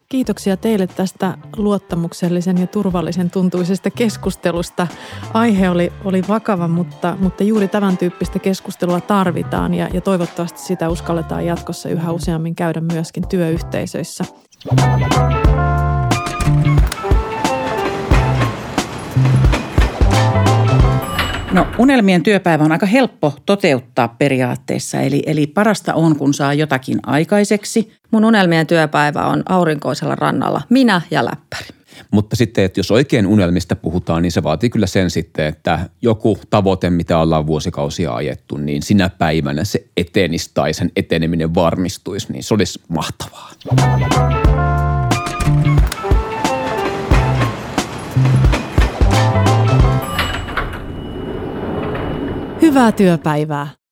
Kiitoksia teille tästä luottamuksellisen ja turvallisen tuntuisesta keskustelusta. Aihe oli vakava, mutta juuri tämän tyyppistä keskustelua tarvitaan ja toivottavasti sitä uskalletaan jatkossa yhä useammin käydä myöskin työyhteisöissä. No, unelmien työpäivä on aika helppo toteuttaa periaatteessa, eli parasta on, kun saa jotakin aikaiseksi. Mun unelmien työpäivä on aurinkoisella rannalla, minä ja läppäri. Mutta sitten, että jos oikein unelmista puhutaan, niin se vaatii kyllä sen sitten, että joku tavoite, mitä ollaan vuosikausia ajettu, niin sinä päivänä se etenisi tai sen eteneminen varmistuisi, niin se olisi mahtavaa. Hyvää työpäivää!